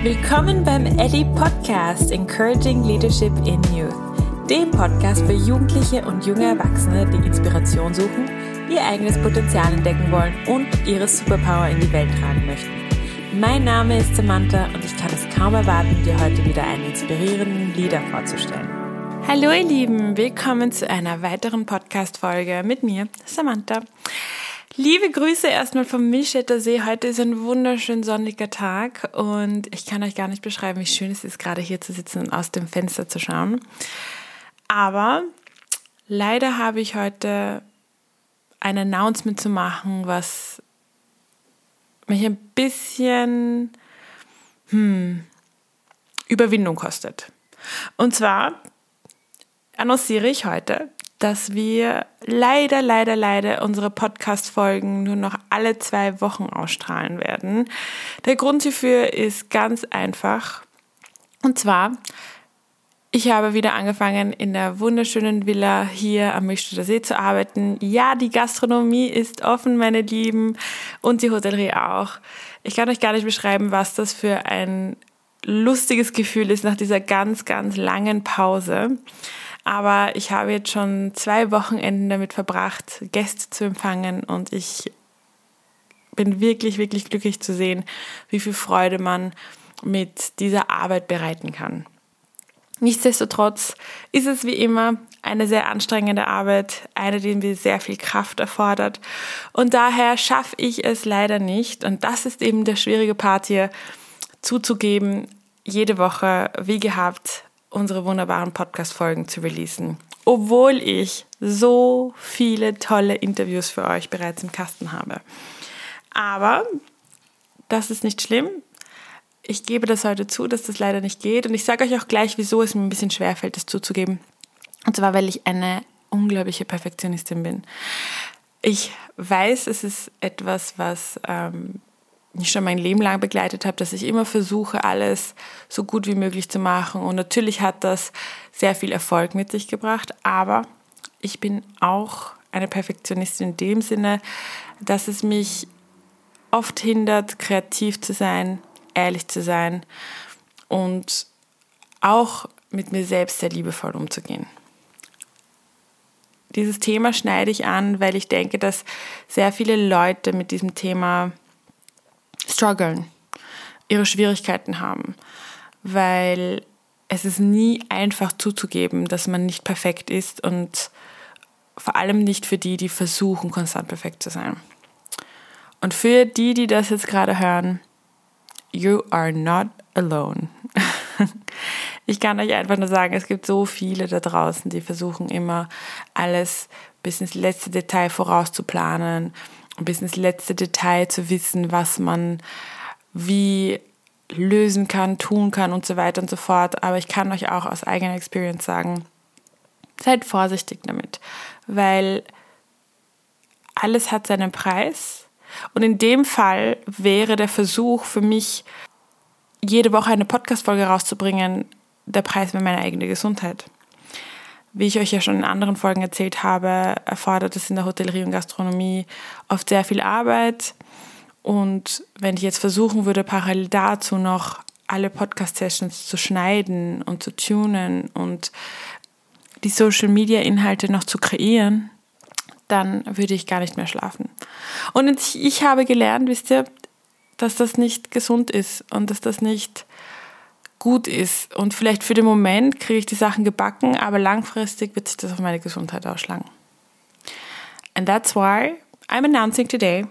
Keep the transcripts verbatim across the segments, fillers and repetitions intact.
Willkommen beim Ellie Podcast Encouraging Leadership in Youth, dem Podcast für Jugendliche und junge Erwachsene, die Inspiration suchen, ihr eigenes Potenzial entdecken wollen und ihre Superpower in die Welt tragen möchten. Mein Name ist Samantha und ich kann es kaum erwarten, dir heute wieder einen inspirierenden Leader vorzustellen. Hallo ihr Lieben, willkommen zu einer weiteren Podcast-Folge mit mir, Samantha. Liebe Grüße erstmal vom Milstädter See. Heute ist ein wunderschön sonniger Tag und ich kann euch gar nicht beschreiben, wie schön es ist, gerade hier zu sitzen und aus dem Fenster zu schauen. Aber leider habe ich heute ein Announcement zu machen, was mich ein bisschen hm, Überwindung kostet. Und zwar annonciere ich heute, dass wir leider, leider, leider unsere Podcast-Folgen nur noch alle zwei Wochen ausstrahlen werden. Der Grund hierfür ist ganz einfach. Und zwar, ich habe wieder angefangen, in der wunderschönen Villa hier am Milstädter See zu arbeiten. Ja, die Gastronomie ist offen, meine Lieben, und die Hotellerie auch. Ich kann euch gar nicht beschreiben, was das für ein lustiges Gefühl ist nach dieser ganz, ganz langen Pause. Aber ich habe jetzt schon zwei Wochenenden damit verbracht, Gäste zu empfangen und ich bin wirklich, wirklich glücklich zu sehen, wie viel Freude man mit dieser Arbeit bereiten kann. Nichtsdestotrotz ist es wie immer eine sehr anstrengende Arbeit, eine, die mir sehr viel Kraft erfordert und daher schaffe ich es leider nicht, und das ist eben der schwierige Part hier, zuzugeben, jede Woche, wie gehabt, unsere wunderbaren Podcast-Folgen zu releasen, obwohl ich so viele tolle Interviews für euch bereits im Kasten habe. Aber das ist nicht schlimm. Ich gebe das heute zu, dass das leider nicht geht, und ich sage euch auch gleich, wieso es mir ein bisschen schwerfällt, das zuzugeben. Und zwar, weil ich eine unglaubliche Perfektionistin bin. Ich weiß, es ist etwas, was ähm, ich schon mein Leben lang begleitet habe, dass ich immer versuche, alles so gut wie möglich zu machen. Und natürlich hat das sehr viel Erfolg mit sich gebracht, aber ich bin auch eine Perfektionistin in dem Sinne, dass es mich oft hindert, kreativ zu sein, ehrlich zu sein und auch mit mir selbst sehr liebevoll umzugehen. Dieses Thema schneide ich an, weil ich denke, dass sehr viele Leute mit diesem Thema strugglen, ihre Schwierigkeiten haben, weil es ist nie einfach zuzugeben, dass man nicht perfekt ist, und vor allem nicht für die, die versuchen, konstant perfekt zu sein. Und für die, die das jetzt gerade hören, you are not alone. Ich kann euch einfach nur sagen, es gibt so viele da draußen, die versuchen immer alles bis ins letzte Detail vorauszuplanen, bis ins letzte Detail zu wissen, was man wie lösen kann, tun kann und so weiter und so fort. Aber ich kann euch auch aus eigener Experience sagen, seid vorsichtig damit, weil alles hat seinen Preis. Und in dem Fall wäre der Versuch für mich, jede Woche eine Podcast-Folge rauszubringen, der Preis für meine eigene Gesundheit. Wie ich euch ja schon in anderen Folgen erzählt habe, erfordert es in der Hotellerie und Gastronomie oft sehr viel Arbeit. Und wenn ich jetzt versuchen würde, parallel dazu noch alle Podcast-Sessions zu schneiden und zu tunen und die Social-Media-Inhalte noch zu kreieren, dann würde ich gar nicht mehr schlafen. Und ich habe gelernt, wisst ihr, dass das nicht gesund ist und dass das nicht gut ist. Und vielleicht für den Moment kriege ich die Sachen gebacken, aber langfristig wird sich das auf meine Gesundheit ausschlagen. And that's why I'm announcing today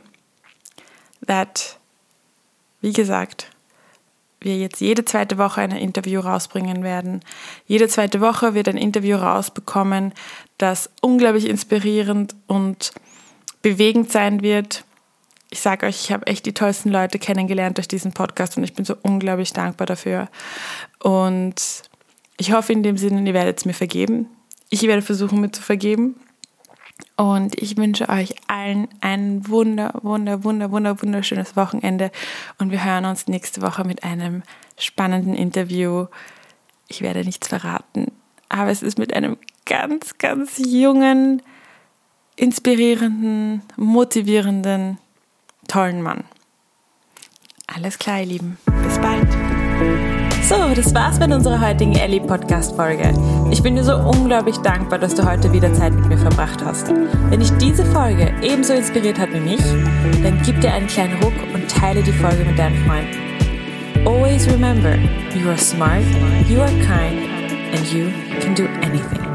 that, wie gesagt, wir jetzt jede zweite Woche ein Interview rausbringen werden. Jede zweite Woche wird ein Interview rausbekommen, das unglaublich inspirierend und bewegend sein wird. Ich sage euch, ich habe echt die tollsten Leute kennengelernt durch diesen Podcast und ich bin so unglaublich dankbar dafür. Und ich hoffe in dem Sinne, ihr werdet es mir vergeben. Ich werde versuchen, mir zu vergeben. Und ich wünsche euch allen ein wunder, wunder, wunder, wunder, wunderschönes Wochenende. Und wir hören uns nächste Woche mit einem spannenden Interview. Ich werde nichts verraten, aber es ist mit einem ganz, ganz jungen, inspirierenden, motivierenden, tollen Mann. Alles klar, ihr Lieben. Bis bald. So, das war's mit unserer heutigen Ellie-Podcast-Folge. Ich bin dir so unglaublich dankbar, dass du heute wieder Zeit mit mir verbracht hast. Wenn dich diese Folge ebenso inspiriert hat wie mich, dann gib dir einen kleinen Ruck und teile die Folge mit deinen Freunden. Always remember, you are smart, you are kind, and you can do anything.